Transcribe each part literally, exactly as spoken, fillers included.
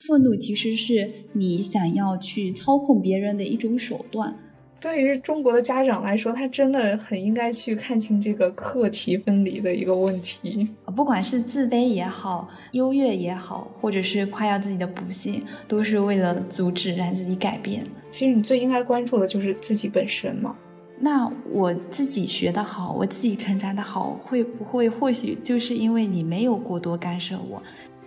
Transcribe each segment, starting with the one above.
愤怒其实是你想要去操控别人的一种手段。 对于中国的家长来说，他真的很应该去看清这个课题分离的一个问题。 不管是自卑也好，优越也好，或者是夸耀自己的不幸，都是为了阻止让自己改变。 其实你最应该关注的就是自己本身嘛。 那我自己学得好，我自己成长得好，会不会或许就是因为你没有过多干涉我。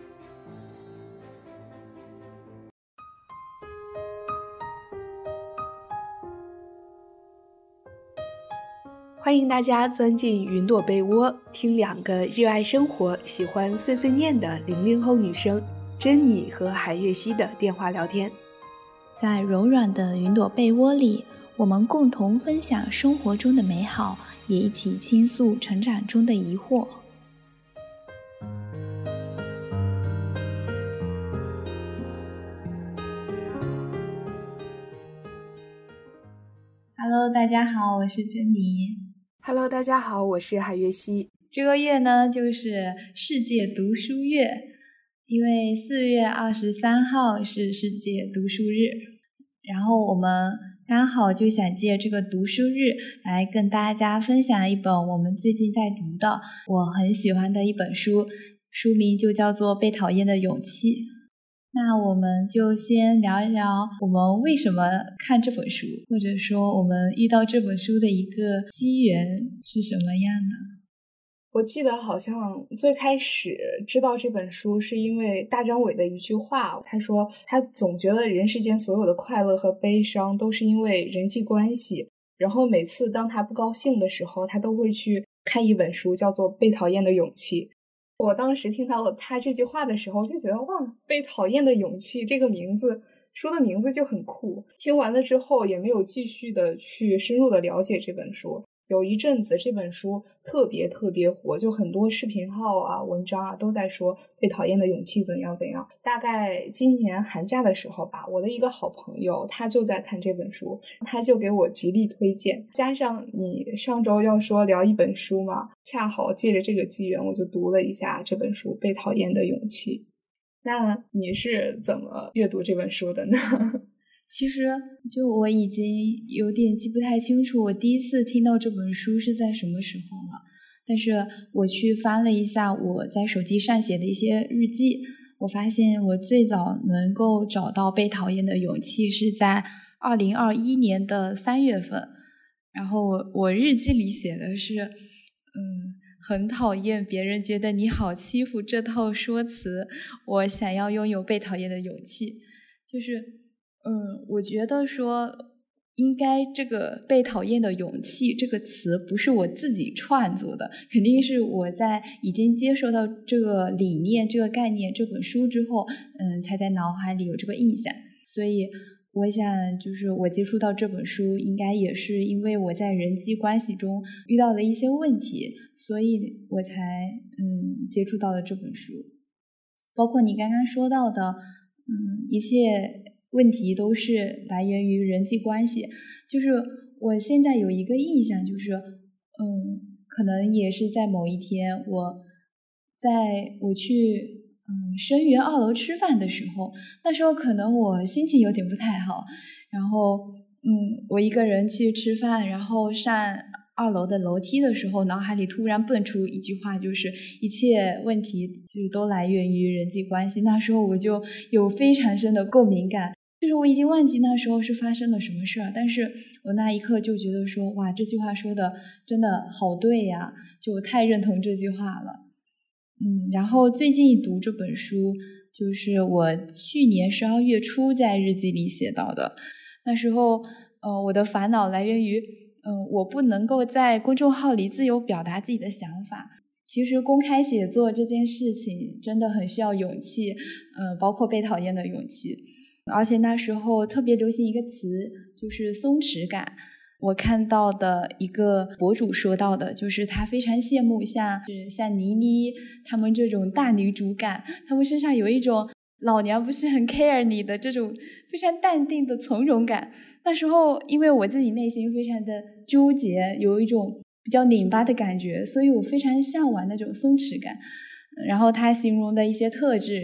欢迎大家钻进云朵被窝，听两个热爱生活、喜欢碎碎念的零零后女生珍妮和海月希的电话聊天。 在柔软的云朵被窝里，我们共同分享生活中的美好，也一起倾诉成长中的疑惑。Hello， 大家好，我是珍妮。 Hello， 大家好，我是海月希。 这个月呢，就是世界读书月，因为四月二十三号是世界读书日，然后我们刚好就想借这个读书日来跟大家分享一本我们最近在读的我很喜欢的一本书，书名就叫做《被讨厌的勇气》。那我们就先聊一聊我们为什么看这本书，或者说我们遇到这本书的一个机缘是什么样的。 我记得好像最开始知道这本书是因为大张伟的一句话，他说他总觉得人世间所有的快乐和悲伤都是因为人际关系，然后每次当他不高兴的时候，他都会去看一本书，叫做《被讨厌的勇气》。我当时听到了他这句话的时候，就觉得哇，被讨厌的勇气这个名字，书的名字就很酷。听完了之后也没有继续的去深入的了解这本书。有一阵子这本书特别特别火，就很多视频号啊、文章啊都在说被讨厌的勇气怎样怎样。大概今年寒假的时候吧，我的一个好朋友他就在看这本书，他就给我极力推荐，加上你上周要说聊一本书嘛，恰好借着这个机缘我就读了一下这本书《被讨厌的勇气》。那你是怎么阅读这本书的呢？ 其实就我已经有点记不太清楚我第一次听到这本书是在什么时候了，但是我去翻了一下我在手机上写的一些日记，我发现我最早能够找到被讨厌的勇气是在二零二一年的三月份，然后我日记里写的是嗯，很讨厌别人觉得你好欺负这套说辞，我想要拥有被讨厌的勇气。就是嗯，我觉得说应该这个被讨厌的勇气这个词不是我自己创作的，肯定是我在已经接受到这个理念、这个概念、这本书之后，嗯，才在脑海里有这个印象。所以我想就是我接触到这本书应该也是因为我在人际关系中遇到了一些问题，所以我才嗯接触到了这本书。包括你刚刚说到的嗯一切问题都是来源于人际关系，就是我现在有一个印象，就是嗯，可能也是在某一天，我在我去嗯生源二楼吃饭的时候，那时候可能我心情有点不太好，然后嗯，我一个人去吃饭，然后上二楼的楼梯的时候，脑海里突然蹦出一句话，就是一切问题就都来源于人际关系。那时候我就有非常深的共鸣感。就是我已经忘记那时候是发生了什么事儿，但是我那一刻就觉得说，哇，这句话说的真的好对呀，就我太认同这句话了。嗯，然后最近读这本书，就是我去年十二月初在日记里写到的。那时候，呃，我的烦恼来源于，嗯、呃，我不能够在公众号里自由表达自己的想法。其实公开写作这件事情真的很需要勇气，呃，包括被讨厌的勇气。而且那时候特别流行一个词，就是松弛感。我看到的一个博主说到的，就是他非常羡慕像像倪妮他们这种大女主感，他们身上有一种老娘不是很 care 你的这种非常淡定的从容感。那时候因为我自己内心非常的纠结，有一种比较拧巴的感觉，所以我非常向往那种松弛感。然后他形容的一些特质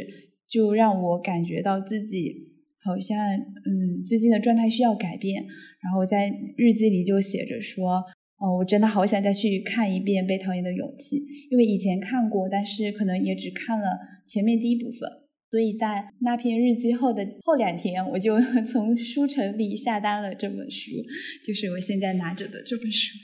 就让我感觉到自己好像嗯最近的状态需要改变，然后在日记里就写着说哦，我真的好想再去看一遍《被讨厌的勇气》，因为以前看过，但是可能也只看了前面第一部分，所以在那篇日记后的后两天，我就从书城里下单了这本书，就是我现在拿着的这本书。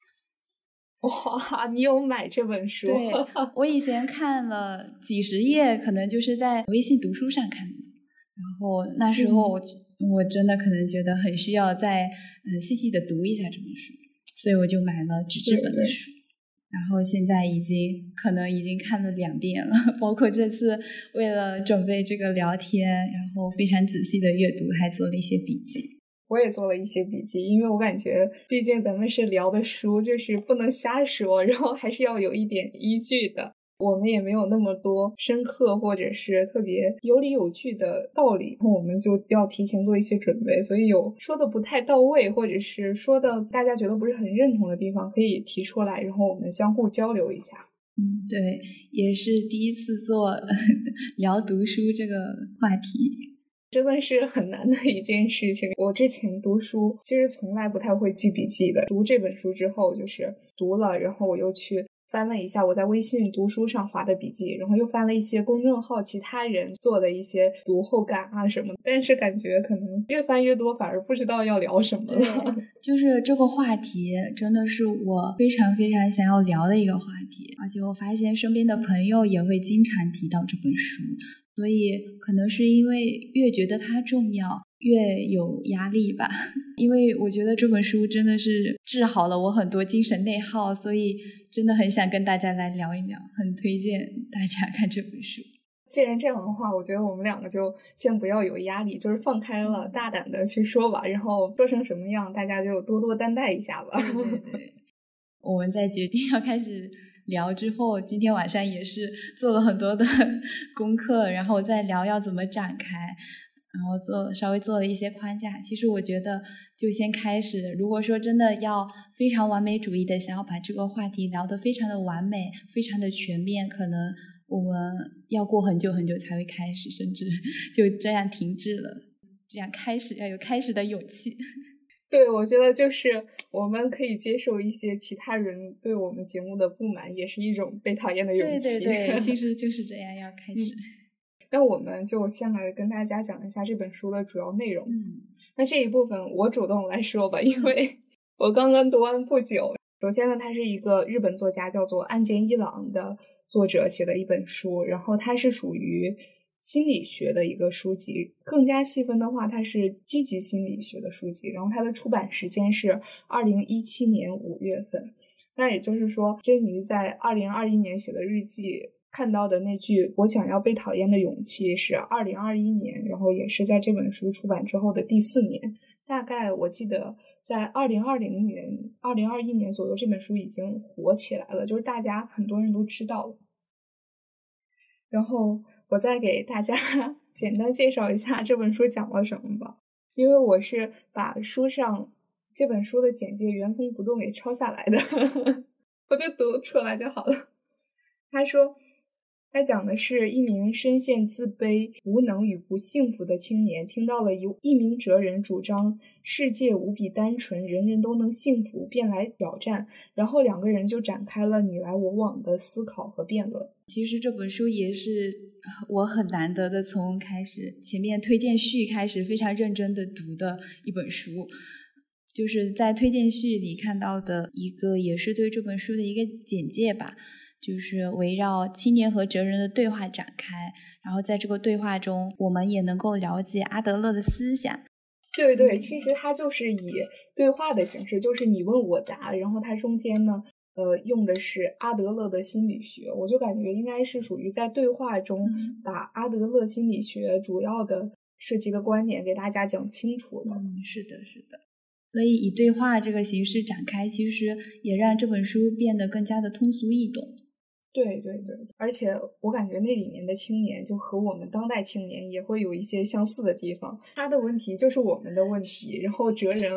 哇，你有买这本书？ 对，我以前看了几十页，可能就是在微信读书上看的，然后那时候我、嗯、我真的可能觉得很需要再嗯细细的读一下这本书，所以我就买了纸质本的书。对对，然后现在已经可能已经看了两遍了，包括这次为了准备这个聊天，然后非常仔细的阅读，还做了一些笔记。 我也做了一些笔记，因为我感觉毕竟咱们是聊的书，就是不能瞎说，然后还是要有一点依据的。我们也没有那么多深刻或者是特别有理有据的道理，我们就要提前做一些准备，所以有说的不太到位，或者是说的大家觉得不是很认同的地方，可以提出来，然后我们相互交流一下。 嗯，对，也是第一次做聊读书这个话题， 真的是很难的一件事情。我之前读书其实从来不太会记笔记的，读这本书之后就是读了，然后我又去翻了一下我在微信读书上划的笔记，然后又翻了一些公众号其他人做的一些读后感啊什么，但是感觉可能越翻越多，反而不知道要聊什么了。 对，就是这个话题真的是我非常非常想要聊的一个话题，而且我发现身边的朋友也会经常提到这本书，所以可能是因为越觉得它重要越有压力吧，因为我觉得这本书真的是治好了我很多精神内耗，所以真的很想跟大家来聊一聊，很推荐大家看这本书。 既然这样的话，我觉得我们两个就先不要有压力，就是放开了大胆的去说吧，然后说成什么样大家就多多担待一下吧。 对对对，我们在决定要开始聊之后，今天晚上也是做了很多的功课，然后再聊要怎么展开，然后做稍微做了一些框架。其实我觉得就先开始，如果说真的要非常完美主义的想要把这个话题聊得非常的完美，非常的全面，可能我们要过很久很久才会开始，甚至就这样停滞了。这样开始要有开始的勇气。 对，我觉得就是我们可以接受一些其他人对我们节目的不满，也是一种被讨厌的勇气。 对对对，其实就是这样，要开始。 那我们就先来跟大家讲一下这本书的主要内容。 嗯， 那这一部分我主动来说吧，因为我刚刚读完不久。首先呢，它是一个日本作家叫做岸见一郎的作者写的一本书，然后它是属于心理学的一个书籍，更加细分的话它是积极心理学的书籍，然后它的出版时间是二零一七年五月份。那也就是说珍妮在二零二一年写的日记看到的那句我想要被讨厌的勇气是二零二一年，然后也是在这本书出版之后的第四年，大概我记得在二零二零年二零二一年左右这本书已经火起来了，就是大家很多人都知道了。然后我再给大家简单介绍一下这本书讲了什么吧，因为我是把书上这本书的简介原封不动给抄下来的我就读出来就好了。他说他讲的是一名深陷自卑、无能与不幸福的青年听到了一名哲人主张世界无比单纯，人人都能幸福，便来挑战，然后两个人就展开了你来我往的思考和辩论。 其实这本书也是我很难得的从开始前面推荐序开始非常认真的读的一本书，就是在推荐序里看到的一个也是对这本书的一个简介吧，就是围绕青年和哲人的对话展开，然后在这个对话中我们也能够了解阿德勒的思想。 对对，其实它就是以对话的形式，就是你问我答，然后它中间呢呃，用的是阿德勒的心理学，我就感觉应该是属于在对话中把阿德勒心理学主要的涉及的观点给大家讲清楚了。 嗯，是的，是的。所以以对话这个形式展开，其实也让这本书变得更加的通俗易懂。 对对对，而且我感觉那里面的青年就和我们当代青年也会有一些相似的地方，他的问题就是我们的问题，然后哲人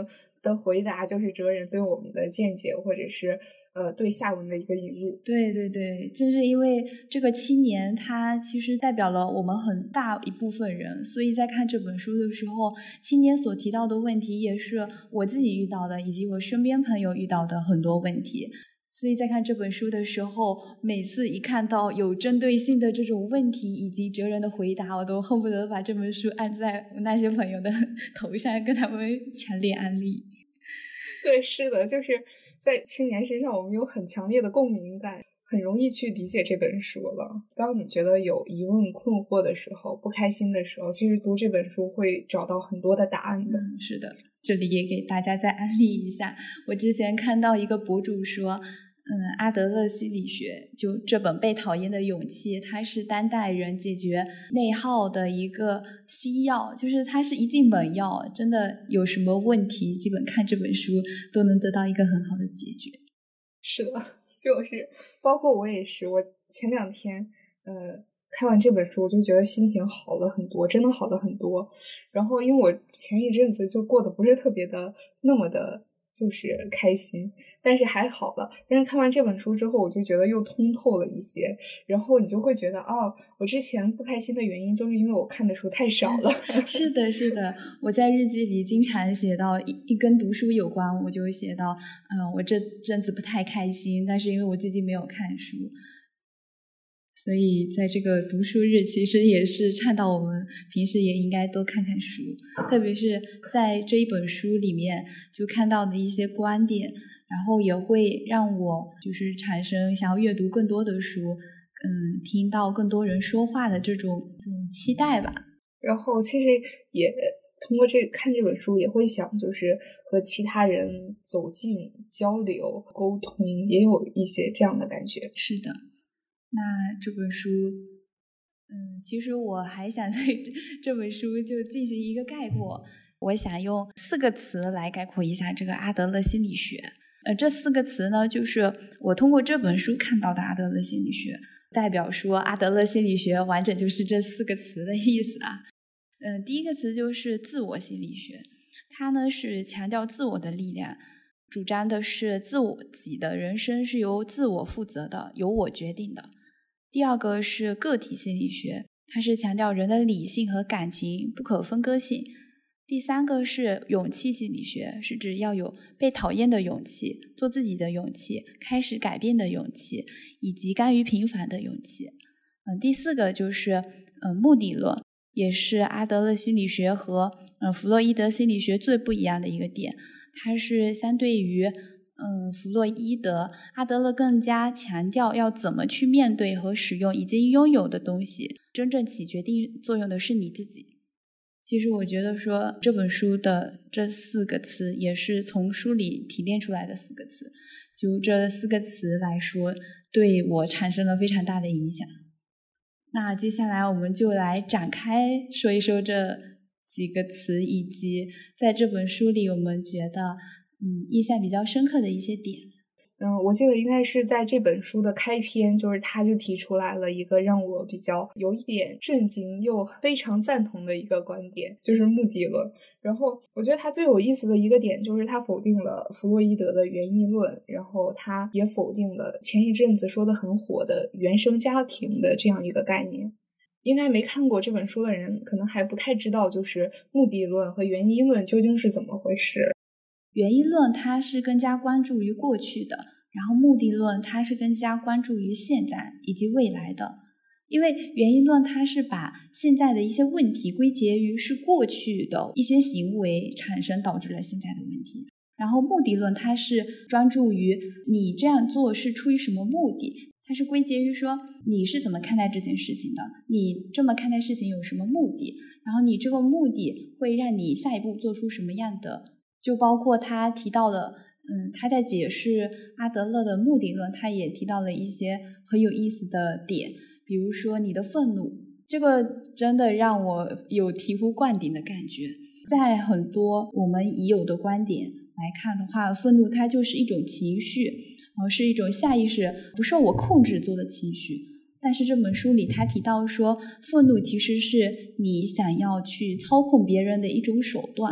的回答就是哲人对我们的见解，或者是呃对下文的一个引入。 对对对，正是因为这个七年它其实代表了我们很大一部分人，所以在看这本书的时候，七年所提到的问题也是我自己遇到的，以及我身边朋友遇到的很多问题。所以在看这本书的时候，每次一看到有针对性的这种问题以及哲人的回答，我都恨不得把这本书按在我那些朋友的头上，跟他们强烈安利。 对，是的，就是在青年身上我们有很强烈的共鸣感，很容易去理解这本书了。当你觉得有疑问困惑的时候，不开心的时候，其实读这本书会找到很多的答案的。 嗯，是的，这里也给大家再安利一下，我之前看到一个博主说嗯，阿德勒心理学就这本《被讨厌的勇气》，它是当代人解决内耗的一个西药，就是它是一剂猛药，真的有什么问题基本看这本书都能得到一个很好的解决。 是的，就是包括我也是，我前两天呃看完这本书，我就觉得心情好了很多，真的好了很多。然后因为我前一阵子就过得不是特别的那么的就是开心，但是还好了。但是看完这本书之后，我就觉得又通透了一些，然后你就会觉得哦，我之前不开心的原因都是因为我看的书太少了。 是的，是的，我在日记里经常写到一一跟读书有关，我就写到嗯、呃，我这阵子不太开心，但是因为我最近没有看书，所以在这个读书日其实也是倡导我们平时也应该多看看书，特别是在这一本书里面就看到的一些观点，然后也会让我就是产生想要阅读更多的书，嗯，听到更多人说话的这种这种期待吧。 然后其实也通过这看这本书也会想，就是和其他人走近交流沟通，也有一些这样的感觉。 是的，那这本书嗯，其实我还想对这本书就进行一个概括，我想用四个词来概括一下这个阿德勒心理学。呃，这四个词呢，就是我通过这本书看到的阿德勒心理学，代表说阿德勒心理学完整就是这四个词的意思啊。嗯，第一个词就是自我心理学，它呢是强调自我的力量，主张的是自我己的人生是由自我负责的，由我决定的。第二个是个体心理学，它是强调人的理性和感情不可分割性。第三个是勇气心理学，是指要有被讨厌的勇气、做自己的勇气、开始改变的勇气，以及甘于平凡的勇气。嗯，第四个就是嗯目的论，也是阿德勒心理学和嗯弗洛伊德心理学最不一样的一个点。它是相对于嗯弗洛伊德，阿德勒更加强调要怎么去面对和使用已经拥有的东西，真正起决定作用的是你自己。其实我觉得说这本书的这四个词也是从书里提炼出来的四个词，就这四个词来说对我产生了非常大的影响。那接下来我们就来展开说一说这几个词，以及在这本书里我们觉得嗯印象比较深刻的一些点。 嗯，我记得应该是在这本书的开篇，就是他就提出来了一个让我比较有一点震惊又非常赞同的一个观点，就是目的论。然后我觉得他最有意思的一个点就是他否定了弗洛伊德的原因论，然后他也否定了前一阵子说的很火的原生家庭的这样一个概念。应该没看过这本书的人可能还不太知道，就是目的论和原因论究竟是怎么回事。 原因论它是更加关注于过去的，然后目的论它是更加关注于现在以及未来的。因为原因论它是把现在的一些问题归结于是过去的一些行为产生导致了现在的问题，然后目的论它是专注于你这样做是出于什么目的，它是归结于说你是怎么看待这件事情的，你这么看待事情有什么目的，然后你这个目的会让你下一步做出什么样的，就包括他提到了嗯，他在解释阿德勒的目的论，他也提到了一些很有意思的点，比如说你的愤怒，这个真的让我有醍醐灌顶的感觉。在很多我们已有的观点来看的话，愤怒它就是一种情绪，呃，是一种下意识不受我控制做的情绪。但是这本书里他提到说，愤怒其实是你想要去操控别人的一种手段，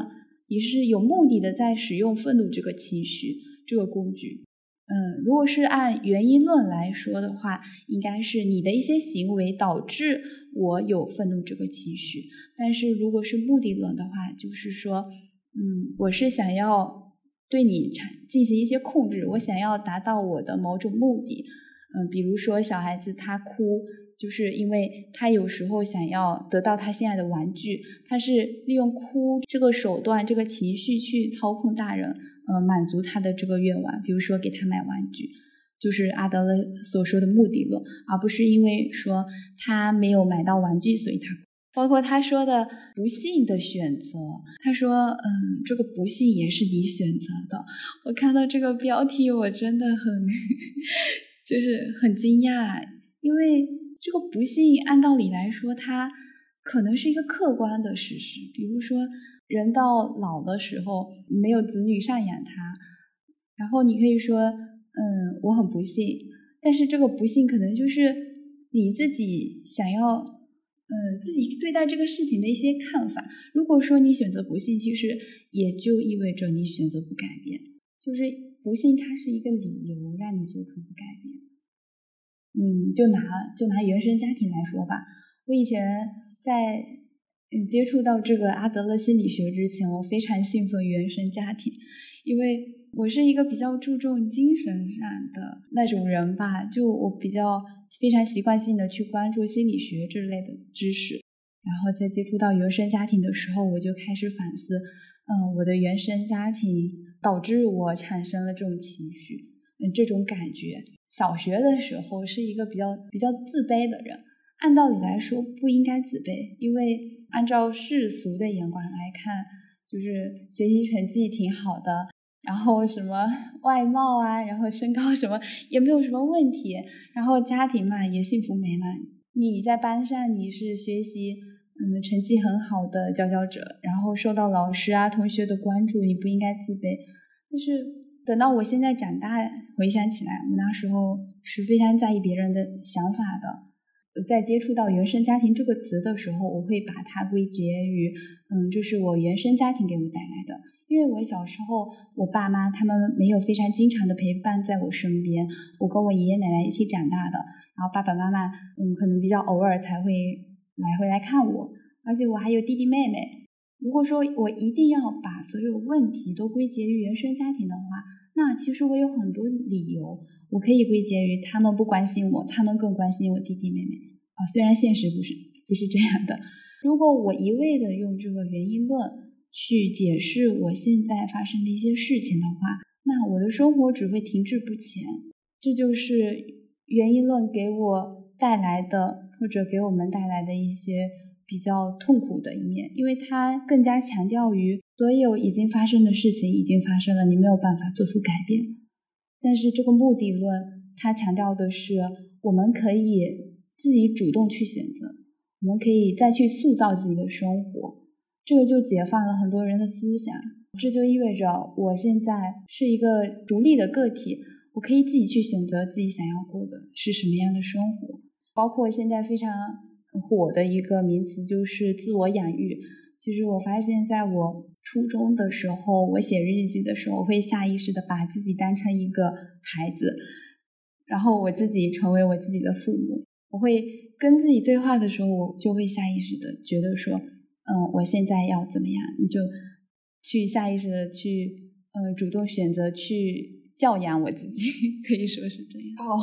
也是有目的的在使用愤怒这个情绪这个工具。嗯，如果是按原因论来说的话，应该是你的一些行为导致我有愤怒这个情绪。但是如果是目的论的话，就是说，嗯，我是想要对你进行一些控制，我想要达到我的某种目的。嗯，比如说小孩子他哭，就是因为他有时候想要得到他心爱的玩具，他是利用哭这个手段、这个情绪去操控大人。呃，满足他的这个愿望，比如说给他买玩具，就是阿德勒所说的目的论，而不是因为说他没有买到玩具所以他哭。包括他说的不幸的选择，他说嗯，这个不幸也是你选择的。我看到这个标题我真的很就是很惊讶，因为这个不幸按道理来说它可能是一个客观的事实，比如说人到老的时候没有子女赡养他，然后你可以说嗯，我很不幸，但是这个不幸可能就是你自己想要嗯，自己对待这个事情的一些看法。如果说你选择不幸，其实也就意味着你选择不改变，就是不幸它是一个理由让你做出不改变。嗯，就拿就拿原生家庭来说吧，我以前在嗯，接触到这个阿德勒心理学之前，我非常信奉原生家庭，因为我是一个比较注重精神上的那种人吧，就我比较非常习惯性的去关注心理学这类的知识，然后在接触到原生家庭的时候，我就开始反思，嗯，我的原生家庭导致我产生了这种情绪，嗯，这种感觉。小学的时候是一个比较比较自卑的人。按道理来说不应该自卑，因为按照世俗的眼光来看，就是学习成绩挺好的，然后什么外貌啊，然后身高什么也没有什么问题，然后家庭嘛也幸福美满。你在班上你是学习嗯成绩很好的佼佼者，然后受到老师啊同学的关注，你不应该自卑。但是等到我现在长大回想起来，我那时候是非常在意别人的想法的。在接触到原生家庭这个词的时候，我会把它归结于嗯，这是我原生家庭给我带来的。因为我小时候我爸妈他们没有非常经常的陪伴在我身边，我跟我爷爷奶奶一起长大的，然后爸爸妈妈嗯，可能比较偶尔才会来回来看我，而且我还有弟弟妹妹。如果说我一定要把所有问题都归结于原生家庭的话，那其实我有很多理由，我可以归结于他们不关心我，他们更关心我弟弟妹妹啊。虽然现实不是不是这样的，如果我一味的用这个原因论去解释我现在发生的一些事情的话，那我的生活只会停滞不前。这就是原因论给我带来的，或者给我们带来的一些比较痛苦的一面，因为它更加强调于所有已经发生的事情已经发生了，你没有办法做出改变。但是这个目的论它强调的是我们可以自己主动去选择，我们可以再去塑造自己的生活，这个就解放了很多人的思想。这就意味着我现在是一个独立的个体，我可以自己去选择自己想要过的是什么样的生活。包括现在非常火的一个名词就是自我养育。其实我发现在我初中的时候，我写日记的时候，我会下意识的把自己当成一个孩子，然后我自己成为我自己的父母。我会跟自己对话的时候，我就会下意识的觉得说嗯，我现在要怎么样，你就去下意识的去呃，主动选择去教养我自己，可以说是这样。 哦，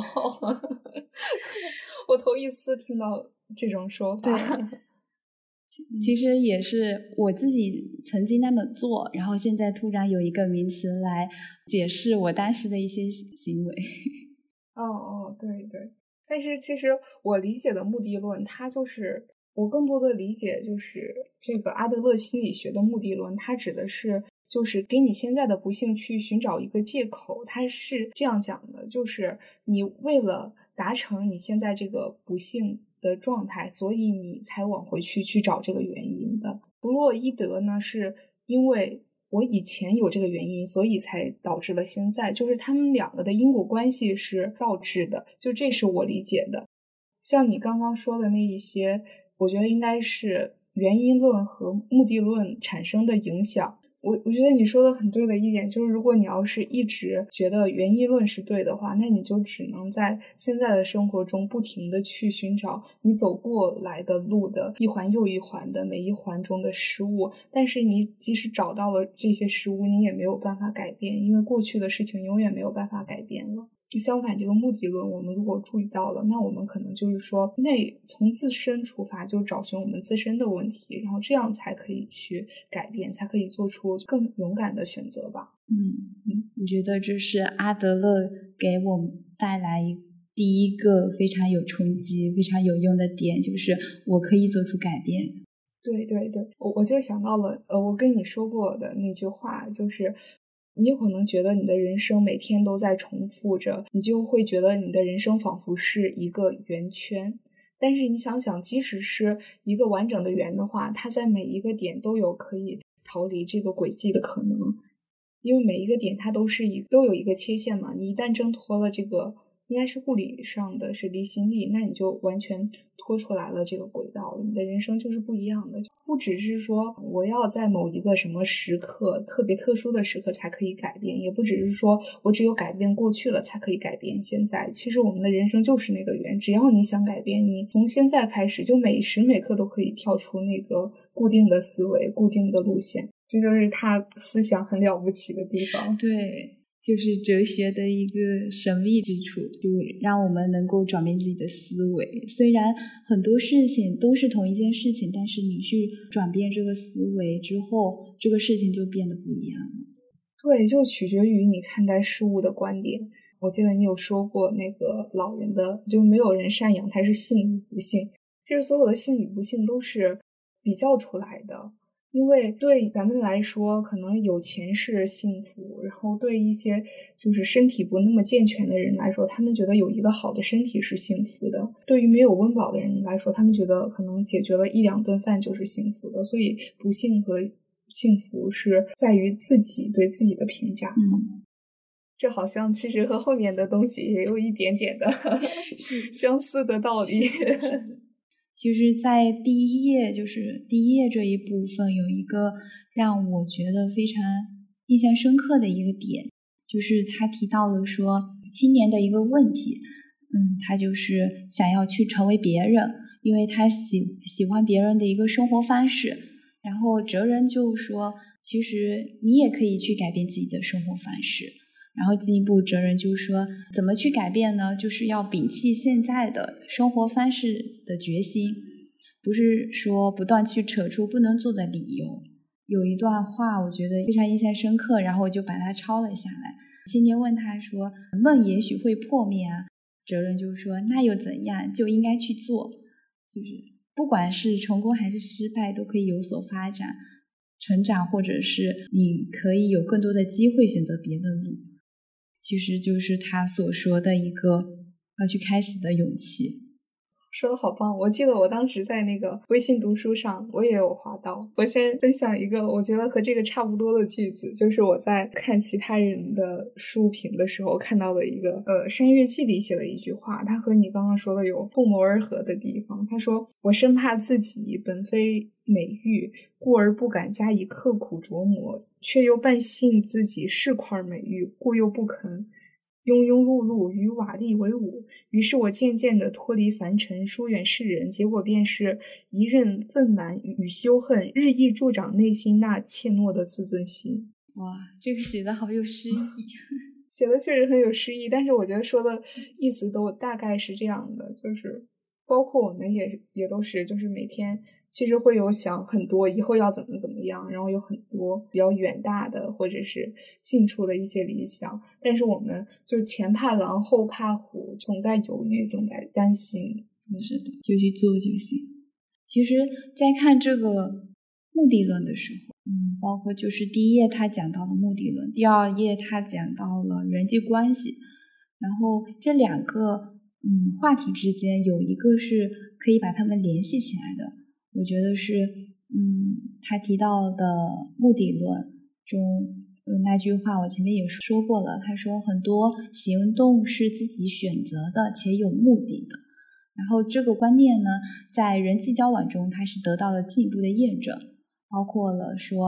我头一次听到这种说法。 对，其实也是我自己曾经那么做，然后现在突然有一个名词来解释我当时的一些行为。 哦哦，对对。但是其实我理解的目的论，它就是我更多的理解就是这个阿德勒心理学的目的论，它指的是就是给你现在的不幸去寻找一个借口。它是这样讲的，就是你为了达成你现在这个不幸的状态，所以你才往回去去找这个原因的。弗洛伊德呢，是因为我以前有这个原因，所以才导致了现在，就是他们两个的因果关系是倒置的，就这是我理解的。像你刚刚说的那一些，我觉得应该是原因论和目的论产生的影响。 我我觉得你说的很对的一点就是，如果你要是一直觉得原议论是对的话，那你就只能在现在的生活中不停的去寻找你走过来的路的一环又一环的每一环中的失误。但是你即使找到了这些失误，你也没有办法改变，因为过去的事情永远没有办法改变了。相反，这个目的论我们如果注意到了，那我们可能就是说内从自身出发，就找寻我们自身的问题，然后这样才可以去改变，才可以做出更勇敢的选择吧。 嗯嗯，我觉得这是阿德勒给我们带来第一个非常有冲击非常有用的点，就是我可以做出改变。 对对对，我我就想到了呃，我跟你说过的那句话，就是你有可能觉得你的人生每天都在重复着，你就会觉得你的人生仿佛是一个圆圈。但是你想想，即使是一个完整的圆的话，它在每一个点都有可以逃离这个轨迹的可能，因为每一个点它都是一都有一个切线嘛。你一旦挣脱了这个，应该是物理上的是离心力，那你就完全拖出来了这个轨道，你的人生就是不一样的。不只是说我要在某一个什么时刻特别特殊的时刻才可以改变，也不只是说我只有改变过去了才可以改变现在。其实我们的人生就是那个圆，只要你想改变，你从现在开始就每时每刻都可以跳出那个固定的思维固定的路线，这就是他思想很了不起的地方。 对，就是哲学的一个神秘之处，就让我们能够转变自己的思维。虽然很多事情都是同一件事情，但是你去转变这个思维之后，这个事情就变得不一样了。 对，就取决于你看待事物的观点。我记得你有说过那个老人的，就没有人赡养，他是幸与不幸。其实所有的幸与不幸都是比较出来的。因为对咱们来说，可能有钱是幸福，然后对一些就是身体不那么健全的人来说，他们觉得有一个好的身体是幸福的。对于没有温饱的人来说，他们觉得可能解决了一两顿饭就是幸福的。所以不幸和幸福是在于自己对自己的评价。 嗯， 这好像其实和后面的东西也有一点点的相似的道理。 其实在第一页，就是第一页这一部分有一个让我觉得非常印象深刻的一个点，就是他提到了说青年的一个问题，嗯，他就是想要去成为别人，因为他喜喜欢别人的一个生活方式。然后哲人就说，其实你也可以去改变自己的生活方式。然后进一步哲人就说，怎么去改变呢？就是要摒弃现在的生活方式的决心，不是说不断去扯出不能做的理由。有一段话我觉得非常印象深刻，然后我就把它抄了下来。青年问他说，梦也许会破灭啊，哲人就说，那又怎样，就应该去做，就是不管是成功还是失败都可以有所发展成长，或者是你可以有更多的机会选择别的路。其实就是他所说的一个要去开始的勇气。 说的好棒，我记得我当时在那个微信读书上我也有划到。我先分享一个我觉得和这个差不多的句子，就是我在看其他人的书评的时候看到的一个呃山月记里写的一句话，他和你刚刚说的有不谋而合的地方。他说，我生怕自己本非美玉，故而不敢加以刻苦琢磨，却又半信自己是块美玉，故又不肯庸庸碌碌与瓦砾为伍。于是我渐渐地脱离凡尘，疏远世人，结果便是一任愤满与羞恨日益助长内心那怯懦的自尊心。 哇，这个写的好有诗意。 写的确实很有诗意，但是我觉得说的意思都大概是这样的，就是包括我们也也都是，就是每天其实会有想很多以后要怎么怎么样，然后有很多比较远大的或者是近处的一些理想，但是我们就是前怕狼后怕虎，总在犹豫，总在担心。 是的，就去做就行。其实在看这个目的论的时候，嗯，包括就是第一页他讲到了目的论，第二页他讲到了人际关系，然后这两个嗯话题之间有一个是可以把它们联系起来的。我觉得是嗯他提到的目的论中、嗯、那句话我前面也说过了，他说很多行动是自己选择的且有目的的。然后这个观念呢，在人际交往中它是得到了进一步的验证，包括了说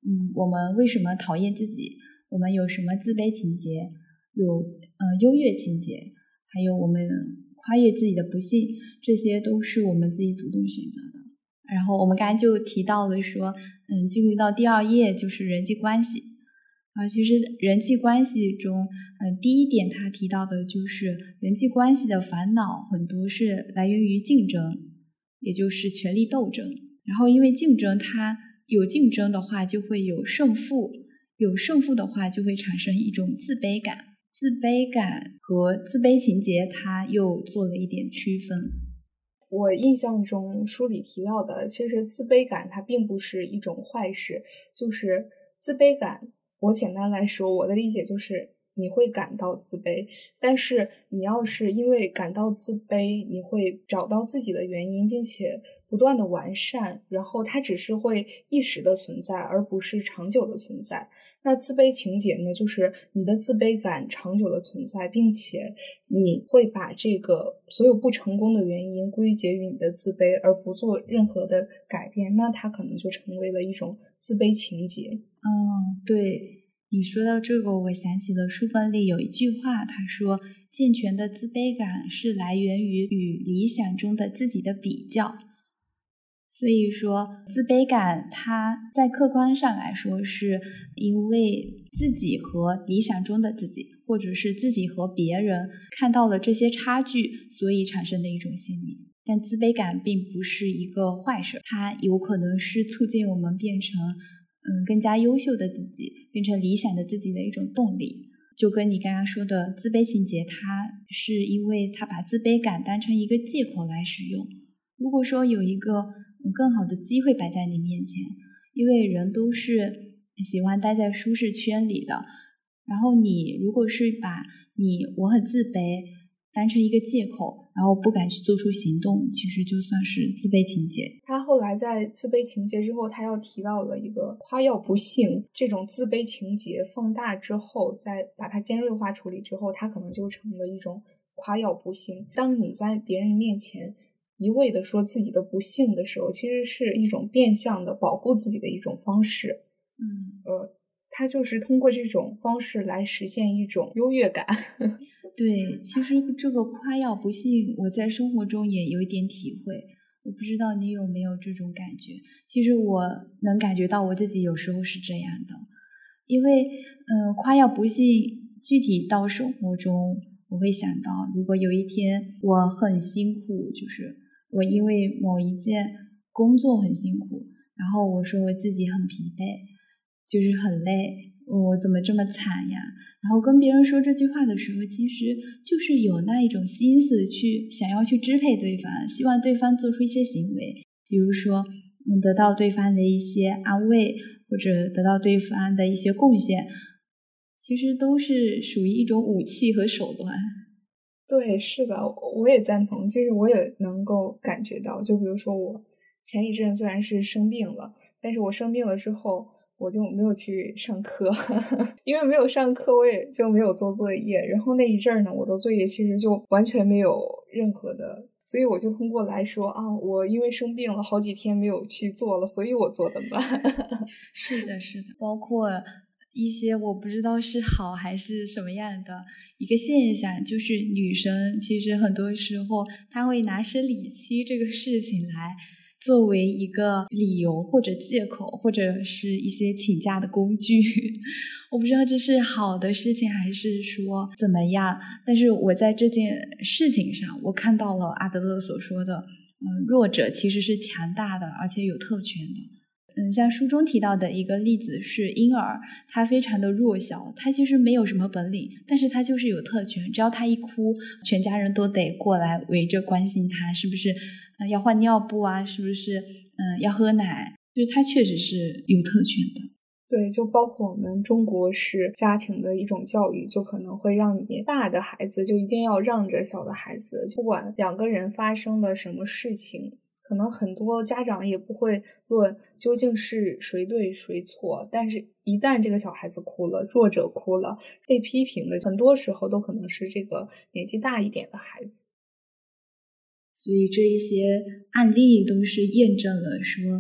嗯，我们为什么讨厌自己，我们有什么自卑情节，有呃优越情节，还有我们跨越自己的不幸，这些都是我们自己主动选择的。然后我们刚才就提到了说，嗯，进入到第二页就是人际关系啊。其实人际关系中，嗯，第一点他提到的就是人际关系的烦恼很多是来源于竞争，也就是权力斗争。然后因为竞争，它有竞争的话就会有胜负，有胜负的话就会产生一种自卑感，自卑感和自卑情节它又做了一点区分。 我印象中书里提到的，其实自卑感它并不是一种坏事，就是自卑感，我简单来说，我的理解就是你会感到自卑，但是你要是因为感到自卑，你会找到自己的原因，并且不断的完善，然后它只是会一时的存在，而不是长久的存在。那自卑情节呢，就是你的自卑感长久的存在，并且你会把这个所有不成功的原因归结于你的自卑，而不做任何的改变，那它可能就成为了一种自卑情节。 嗯，对，你说到这个，我想起了书本里有一句话，他说健全的自卑感是来源于与理想中的自己的比较。所以说自卑感它在客观上来说是因为自己和理想中的自己，或者是自己和别人看到了这些差距，所以产生的一种心理。但自卑感并不是一个坏事，它有可能是促进我们变成嗯更加优秀的自己，变成理想的自己的一种动力。就跟你刚刚说的自卑情节，它是因为它把自卑感当成一个借口来使用。如果说有一个更好的机会摆在你面前，因为人都是喜欢待在舒适圈里的，然后你如果是把你我很自卑当成一个借口，然后不敢去做出行动，其实就算是自卑情节。 他后来在自卑情节之后，他又提到了一个夸耀不幸，这种自卑情节放大之后，再把它尖锐化处理之后，它可能就成了一种夸耀不幸。当你在别人面前一味的说自己的不幸的时候，其实是一种变相的保护自己的一种方式。 嗯， 呃，他就是通过这种方式来实现一种优越感。 对，其实这个夸耀不幸，我在生活中也有一点体会。我不知道你有没有这种感觉？其实我能感觉到我自己有时候是这样的，因为嗯、呃，夸耀不幸，具体到生活中，我会想到，如果有一天我很辛苦，就是我因为某一件工作很辛苦，然后我说我自己很疲惫，就是很累，我怎么这么惨呀？然后跟别人说这句话的时候，其实就是有那一种心思去想要去支配对方，希望对方做出一些行为，比如说嗯，得到对方的一些安慰，或者得到对方的一些贡献，其实都是属于一种武器和手段。 对，是的，我也赞同。其实我也能够感觉到，就比如说我前一阵虽然是生病了，但是我生病了之后，我就没有去上课，因为没有上课，我也就没有做作业。然后那一阵儿呢，我的作业其实就完全没有任何的，所以我就通过来说啊，我因为生病了好几天没有去做了，所以我做的慢。 是的，是的，包括一些我不知道是好还是什么样的一个现象，就是女生其实很多时候她会拿生理期这个事情来作为一个理由或者借口，或者是一些请假的工具。我不知道这是好的事情还是说怎么样，但是我在这件事情上，我看到了阿德勒所说的，嗯，弱者其实是强大的，而且有特权的。嗯，像书中提到的一个例子是婴儿，他非常的弱小，他其实没有什么本领，但是他就是有特权，只要他一哭，全家人都得过来围着关心他，是不是、呃、要换尿布啊，是不是嗯、呃、要喝奶，就是他确实是有特权的。 对，就包括我们中国式家庭的一种教育，就可能会让你大的孩子就一定要让着小的孩子，不管两个人发生了什么事情，可能很多家长也不会论究竟是谁对谁错，但是一旦这个小孩子哭了，弱者哭了，被批评的很多时候都可能是这个年纪大一点的孩子。 所以这一些案例都是验证了说，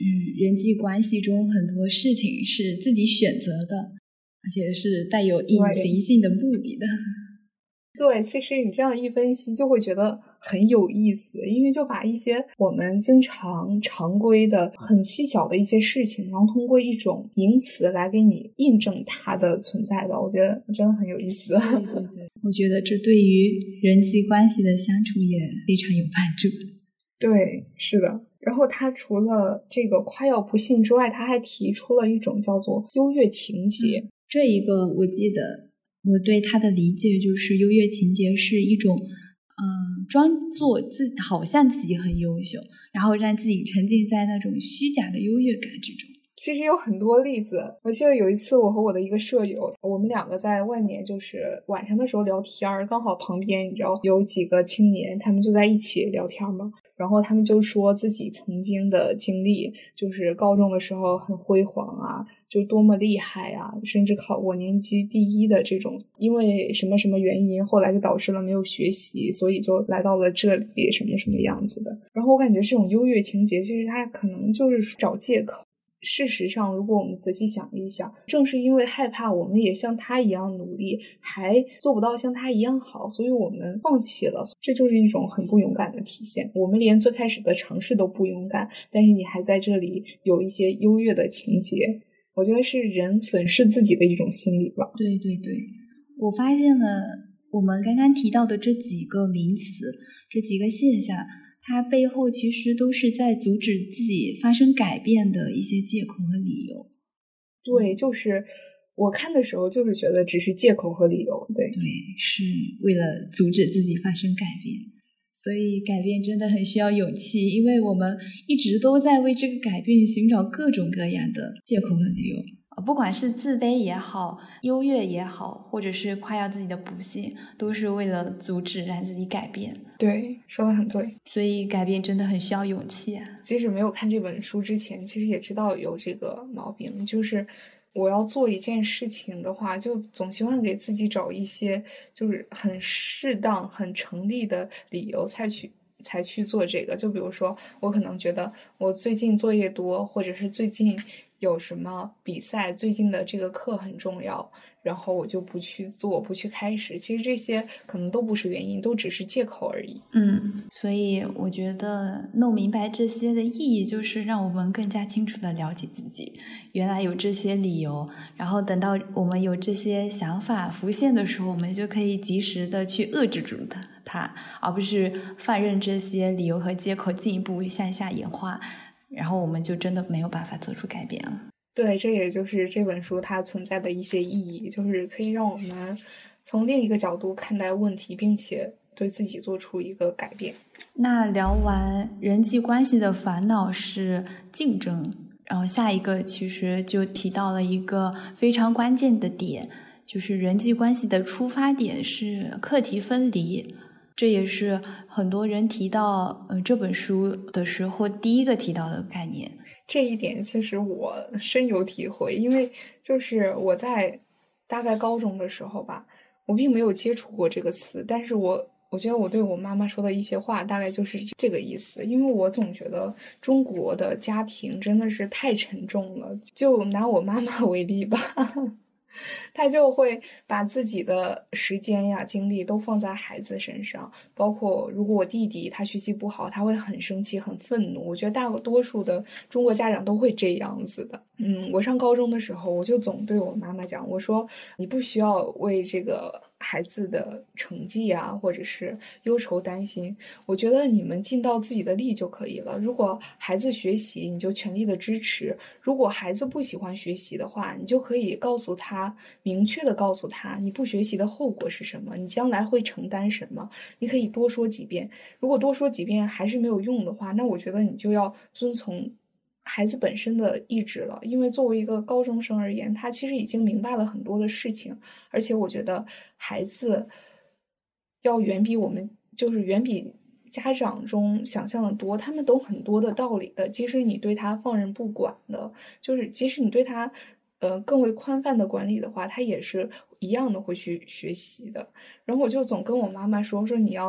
嗯，人际关系中很多事情是自己选择的，而且是带有隐形性的目的的。 对，其实你这样一分析就会觉得很有意思，因为就把一些我们经常常规的很细小的一些事情，然后通过一种名词来给你印证它的存在吧，我觉得真的很有意思。 对对对，我觉得这对于人际关系的相处也非常有帮助。 对，是的。然后他除了这个夸耀不幸之外，他还提出了一种叫做优越情节。 嗯，这一个我记得我对他的理解就是优越情节是一种嗯，装作自好像自己很优秀，然后让自己沉浸在那种虚假的优越感之中。 其实有很多例子，我记得有一次我和我的一个舍友，我们两个在外面就是晚上的时候聊天，刚好旁边你知道有几个青年，他们就在一起聊天嘛，然后他们就说自己曾经的经历，就是高中的时候很辉煌啊，就多么厉害啊，甚至考过年级第一的这种，因为什么什么原因后来就导致了没有学习，所以就来到了这里什么什么样子的。然后我感觉这种优越情节其实它可能就是找借口。事实上，如果我们仔细想一想，正是因为害怕我们也像他一样努力，还做不到像他一样好，所以我们放弃了。这就是一种很不勇敢的体现。我们连最开始的尝试都不勇敢，但是你还在这里有一些优越的情节，我觉得是人粉饰自己的一种心理吧。 对对对，我发现了我们刚刚提到的这几个名词，这几个现象，它背后其实都是在阻止自己发生改变的一些借口和理由。 对，就是我看的时候就是觉得只是借口和理由。对对，是为了阻止自己发生改变。所以改变真的很需要勇气，因为我们一直都在为这个改变寻找各种各样的借口和理由。不管是自卑也好，优越也好，或者是夸耀自己的不幸，都是为了阻止让自己改变。 对，说得很对。 所以改变真的很需要勇气啊。 即使没有看这本书之前，其实也知道有这个毛病，就是我要做一件事情的话，就总希望给自己找一些就是很适当、很成立的理由才去才去做这个。就比如说，我可能觉得我最近作业多，或者是最近有什么比赛，最近的这个课很重要，然后我就不去做，不去开始。其实这些可能都不是原因，都只是借口而已。 嗯，所以我觉得弄明白这些的意义，就是让我们更加清楚地了解自己，原来有这些理由，然后等到我们有这些想法浮现的时候，我们就可以及时的去遏制住它，它而不是放任这些理由和借口进一步向下演化，然后我们就真的没有办法做出改变了。 对，这也就是这本书它存在的一些意义，就是可以让我们从另一个角度看待问题，并且对自己做出一个改变。 那聊完人际关系的烦恼是竞争，然后下一个其实就提到了一个非常关键的点，就是人际关系的出发点是课题分离。这也是很多人提到呃这本书的时候第一个提到的概念。 这一点其实我深有体会，因为就是我在大概高中的时候吧，我并没有接触过这个词，但是我我觉得我对我妈妈说的一些话大概就是这个意思。因为我总觉得中国的家庭真的是太沉重了，就拿我妈妈为例吧他就会把自己的时间呀、精力都放在孩子身上，包括如果我弟弟他学习不好，他会很生气、很愤怒。我觉得大多数的中国家长都会这样子的。嗯，我上高中的时候，我就总对我妈妈讲，我说你不需要为这个孩子的成绩啊，或者是忧愁担心。我觉得你们尽到自己的力就可以了。如果孩子学习，你就全力的支持；如果孩子不喜欢学习的话，你就可以告诉他，明确的告诉他，你不学习的后果是什么，你将来会承担什么。你可以多说几遍。如果多说几遍还是没有用的话，那我觉得你就要遵从孩子本身的意志了。因为作为一个高中生而言，他其实已经明白了很多的事情，而且我觉得孩子要远比我们就是远比家长中想象的多，他们懂很多的道理的。即使你对他放任不管的，就是即使你对他呃更为宽泛的管理的话，他也是一样的会去学习的。然后我就总跟我妈妈说说你要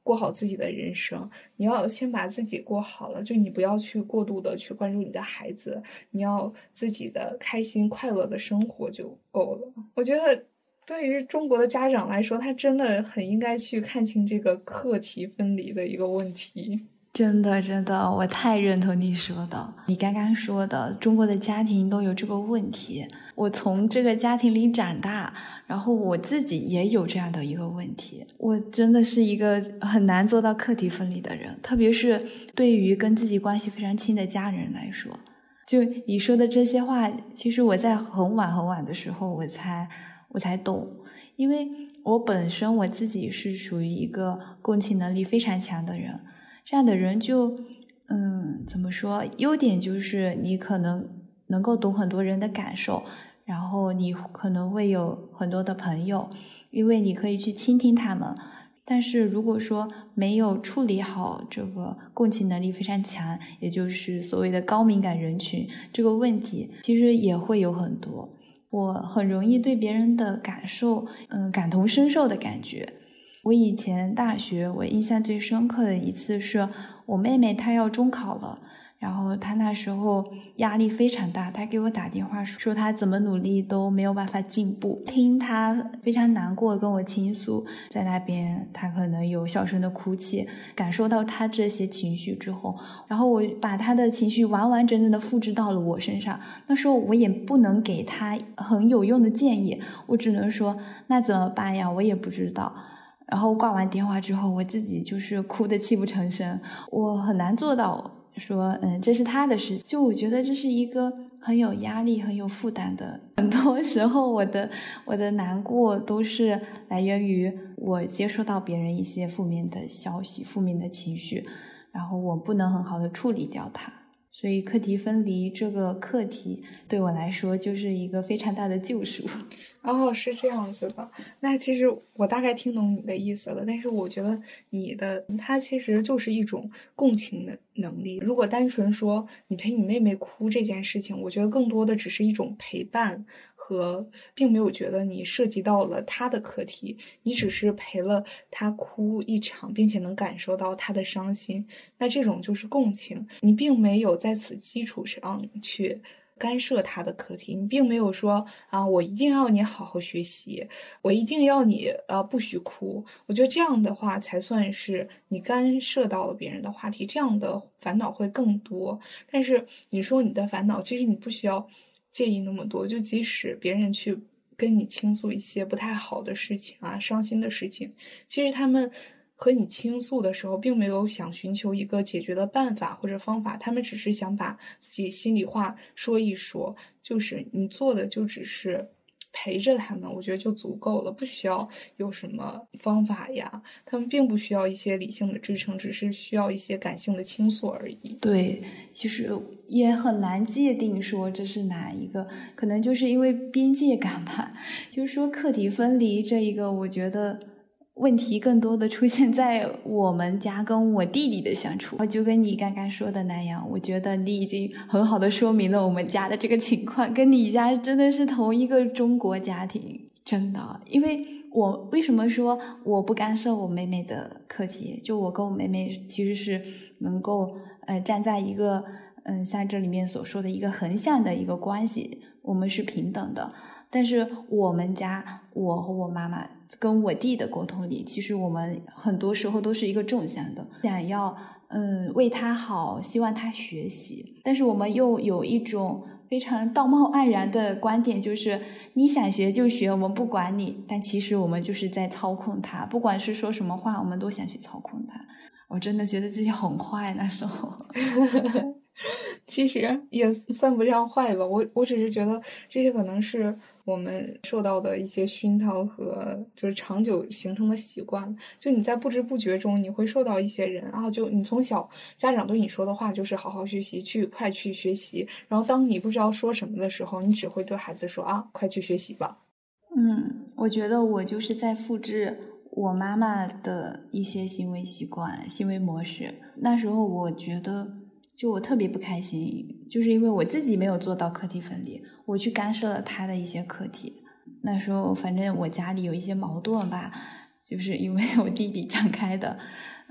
过好自己的人生，你要先把自己过好了，就你不要去过度的去关注你的孩子，你要自己的开心快乐的生活就够了。我觉得对于中国的家长来说，他真的很应该去看清这个课题分离的一个问题。 真的真的，我太认同你说的。你刚刚说的中国的家庭都有这个问题，我从这个家庭里长大，然后我自己也有这样的一个问题。我真的是一个很难做到课题分离的人，特别是对于跟自己关系非常亲的家人来说。就你说的这些话，其实我在很晚很晚的时候我才我才懂，因为我本身我自己是属于一个共情能力非常强的人。这样的人就嗯，怎么说，优点就是你可能能够懂很多人的感受，然后你可能会有很多的朋友，因为你可以去倾听他们。但是如果说没有处理好这个共情能力非常强，也就是所谓的高敏感人群这个问题，其实也会有很多。我很容易对别人的感受嗯，感同身受的感觉。我以前大学我印象最深刻的一次是我妹妹她要中考了，然后她那时候压力非常大，她给我打电话说她怎么努力都没有办法进步，听她非常难过跟我倾诉，在那边她可能有小声的哭泣，感受到她这些情绪之后，然后我把她的情绪完完整整的复制到了我身上。那时候我也不能给她很有用的建议，我只能说那怎么办呀，我也不知道。然后挂完电话之后，我自己就是哭得泣不成声。我很难做到说嗯，这是他的事，就我觉得这是一个很有压力很有负担的。很多时候我的我的难过都是来源于我接收到别人一些负面的消息负面的情绪，然后我不能很好的处理掉它。所以课题分离这个课题对我来说就是一个非常大的救赎。 哦，是这样子的。那其实我大概听懂你的意思了，但是我觉得你的它其实就是一种共情的能力。如果单纯说你陪你妹妹哭这件事情，我觉得更多的只是一种陪伴，和并没有觉得你涉及到了她的课题，你只是陪了她哭一场，并且能感受到她的伤心，那这种就是共情。你并没有在此基础上去干涉他的课题，你并没有说啊，我一定要你好好学习，我一定要你呃不许哭。我觉得这样的话才算是你干涉到了别人的话题，这样的烦恼会更多。但是你说你的烦恼，其实你不需要介意那么多，就即使别人去跟你倾诉一些不太好的事情啊，伤心的事情，其实他们和你倾诉的时候并没有想寻求一个解决的办法或者方法，他们只是想把自己心里话说一说，就是你做的就只是陪着他们，我觉得就足够了，不需要有什么方法呀，他们并不需要一些理性的支撑，只是需要一些感性的倾诉而已。 对，其实也很难界定说这是哪一个，可能就是因为边界感吧。就是说课题分离这一个，我觉得问题更多的出现在我们家跟我弟弟的相处，就跟你刚刚说的那样，我觉得你已经很好的说明了我们家的这个情况，跟你家真的是同一个中国家庭，真的。因为我为什么说我不干涉我妹妹的课题，就我跟我妹妹其实是能够呃站在一个嗯像这里面所说的一个横向的一个关系，我们是平等的。但是我们家我和我妈妈跟我弟的沟通里，其实我们很多时候都是一个正向的，想要嗯为他好，希望他学习，但是我们又有一种非常道貌岸然的观点，就是你想学就学，我们不管你，但其实我们就是在操控他，不管是说什么话，我们都想去操控他。我真的觉得自己很坏那时候。 其实也算不上坏吧，我我只是觉得这些可能是我们受到的一些熏陶和就是长久形成的习惯。就你在不知不觉中，你会受到一些人啊，就你从小家长对你说的话就是好好学习，去快去学习。然后当你不知道说什么的时候，你只会对孩子说啊，快去学习吧。 嗯，我觉得我就是在复制我妈妈的一些行为习惯、行为模式。那时候我觉得，就我特别不开心，就是因为我自己没有做到课题分离，我去干涉了她的一些课题。那时候反正我家里有一些矛盾吧，就是因为我弟弟展开的。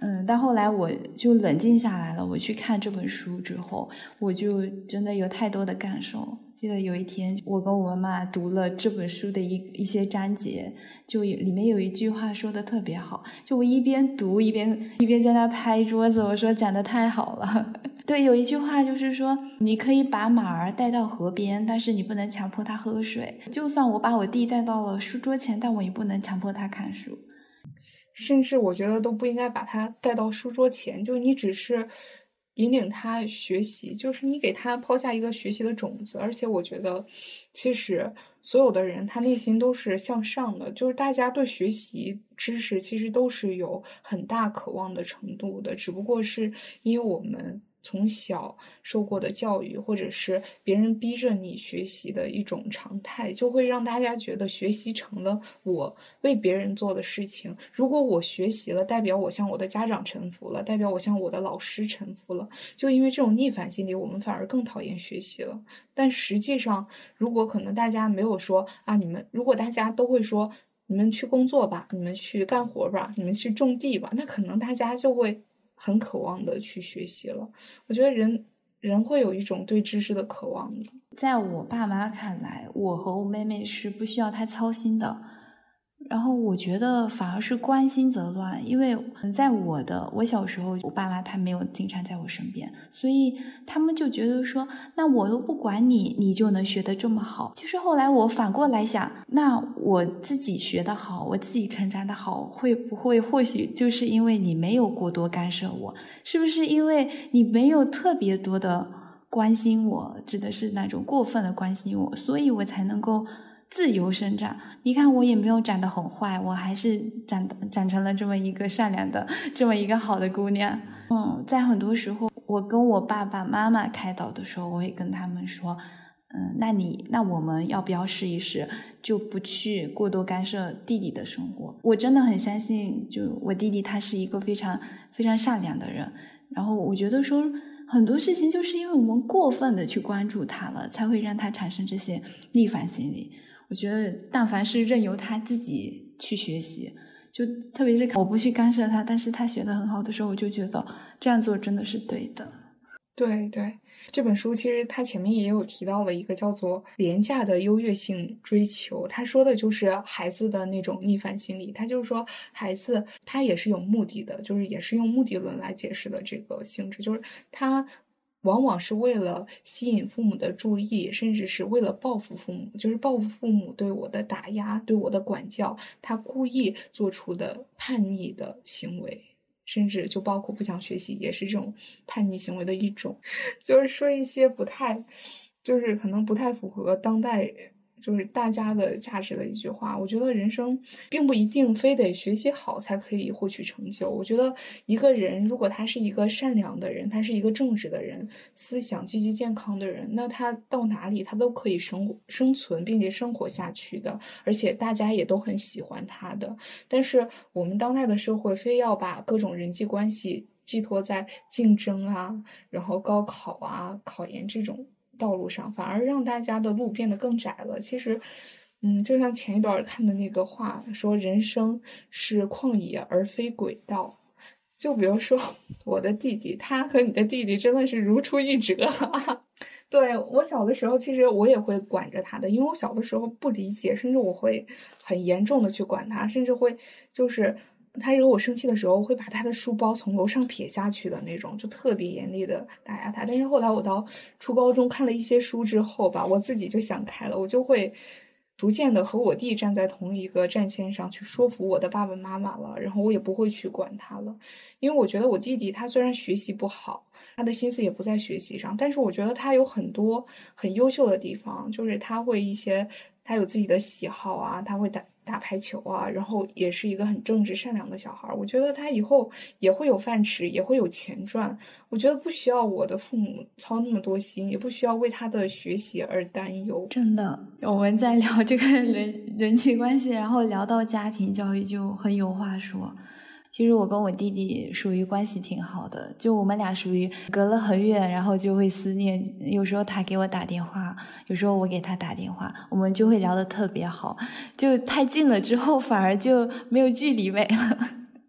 嗯，但后来我就冷静下来了，我去看这本书之后，我就真的有太多的感受。记得有一天我跟我妈妈读了这本书的一一些章节，就里面有一句话说的特别好，就我一边读一边一边在那拍桌子，我说讲的太好了。对，有一句话就是说，你可以把马儿带到河边，但是你不能强迫它喝水。就算我把我弟带到了书桌前，但我也不能强迫他看书。 甚至我觉得都不应该把他带到书桌前，就你只是引领他学习，就是你给他抛下一个学习的种子。而且我觉得其实所有的人他内心都是向上的，就是大家对学习知识其实都是有很大渴望的程度的，只不过是因为我们从小受过的教育，或者是别人逼着你学习的一种常态，就会让大家觉得学习成了我为别人做的事情。如果我学习了，代表我向我的家长臣服了，代表我向我的老师臣服了。就因为这种逆反心理，我们反而更讨厌学习了。但实际上，如果可能大家没有说啊，你们如果大家都会说你们去工作吧，你们去干活吧，你们去种地吧，那可能大家就会很渴望的去学习了。我觉得人人会有一种对知识的渴望的。 在我爸妈看来，我和我妹妹是不需要太操心的，然后我觉得反而是关心则乱。因为在我的我小时候，我爸妈他没有经常在我身边，所以他们就觉得说，那我都不管你，你就能学得这么好。其实后来我反过来想，那我自己学得好，我自己成长得好，会不会或许就是因为你没有过多干涉我？是不是因为你没有特别多的关心我，指的是那种过分的关心我，所以我才能够自由生长？你看我也没有长得很坏，我还是长长成了这么一个善良的这么一个好的姑娘。嗯，在很多时候我跟我爸爸妈妈开导的时候，我会跟他们说，嗯，那你那我们要不要试一试，就不去过多干涉弟弟的生活。我真的很相信，就我弟弟他是一个非常非常善良的人，然后我觉得说很多事情就是因为我们过分的去关注他了，才会让他产生这些逆反心理。我觉得但凡是任由他自己去学习，就特别是我不去干涉他，但是他学得很好的时候，我就觉得这样做真的是对的。 对对，这本书其实它前面也有提到了一个叫做廉价的优越性追求，他说的就是孩子的那种逆反心理。他就是说孩子他也是有目的的，就是也是用目的论来解释的这个性质，就是他往往是为了吸引父母的注意，甚至是为了报复父母，就是报复父母对我的打压，对我的管教，他故意做出的叛逆的行为，甚至就包括不想学习，也是这种叛逆行为的一种。就是说一些不太，就是可能不太符合当代就是大家的价值的一句话。我觉得人生并不一定非得学习好才可以获取成就。我觉得一个人如果他是一个善良的人，他是一个正直的人，思想积极健康的人，那他到哪里他都可以生活生存并且生活下去的，而且大家也都很喜欢他的。但是我们当代的社会非要把各种人际关系寄托在竞争啊，然后高考啊、考研这种道路上，反而让大家的路变得更窄了。其实嗯，就像前一段看的那个话说，人生是旷野而非轨道。就比如说我的弟弟，他和你的弟弟真的是如出一辙。对，我小的时候其实我也会管着他的，因为我小的时候不理解，甚至我会很严重的去管他，甚至会就是他惹我生气的时候会把他的书包从楼上撇下去的那种，就特别严厉的打压他。但是后来我到初高中看了一些书之后吧，我自己就想开了，我就会逐渐的和我弟站在同一个战线上去说服我的爸爸妈妈了，然后我也不会去管他了。因为我觉得我弟弟他虽然学习不好，他的心思也不在学习上，但是我觉得他有很多很优秀的地方，就是他会一些他有自己的喜好啊，他会打打排球啊，然后也是一个很正直善良的小孩。我觉得他以后也会有饭吃，也会有钱赚。我觉得不需要我的父母操那么多心，也不需要为他的学习而担忧。 真的，我们在聊这个人人际关系，然后聊到家庭教育就很有话说。其实我跟我弟弟属于关系挺好的，就我们俩属于隔了很远，然后就会思念，有时候他给我打电话，有时候我给他打电话，我们就会聊得特别好。就太近了之后反而就没有距离美了。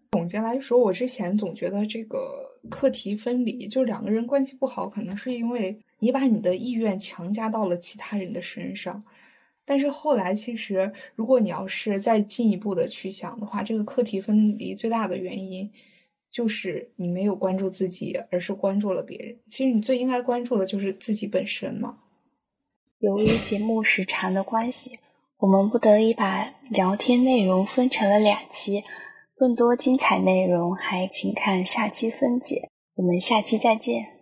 总结来说，我之前总觉得这个课题分离，就两个人关系不好，可能是因为你把你的意愿强加到了其他人的身上。但是后来其实如果你要是再进一步的去想的话，这个课题分离最大的原因就是你没有关注自己，而是关注了别人。其实你最应该关注的就是自己本身嘛。 由于节目时长的关系，我们不得已把聊天内容分成了两期，更多精彩内容还请看下期分解。我们下期再见。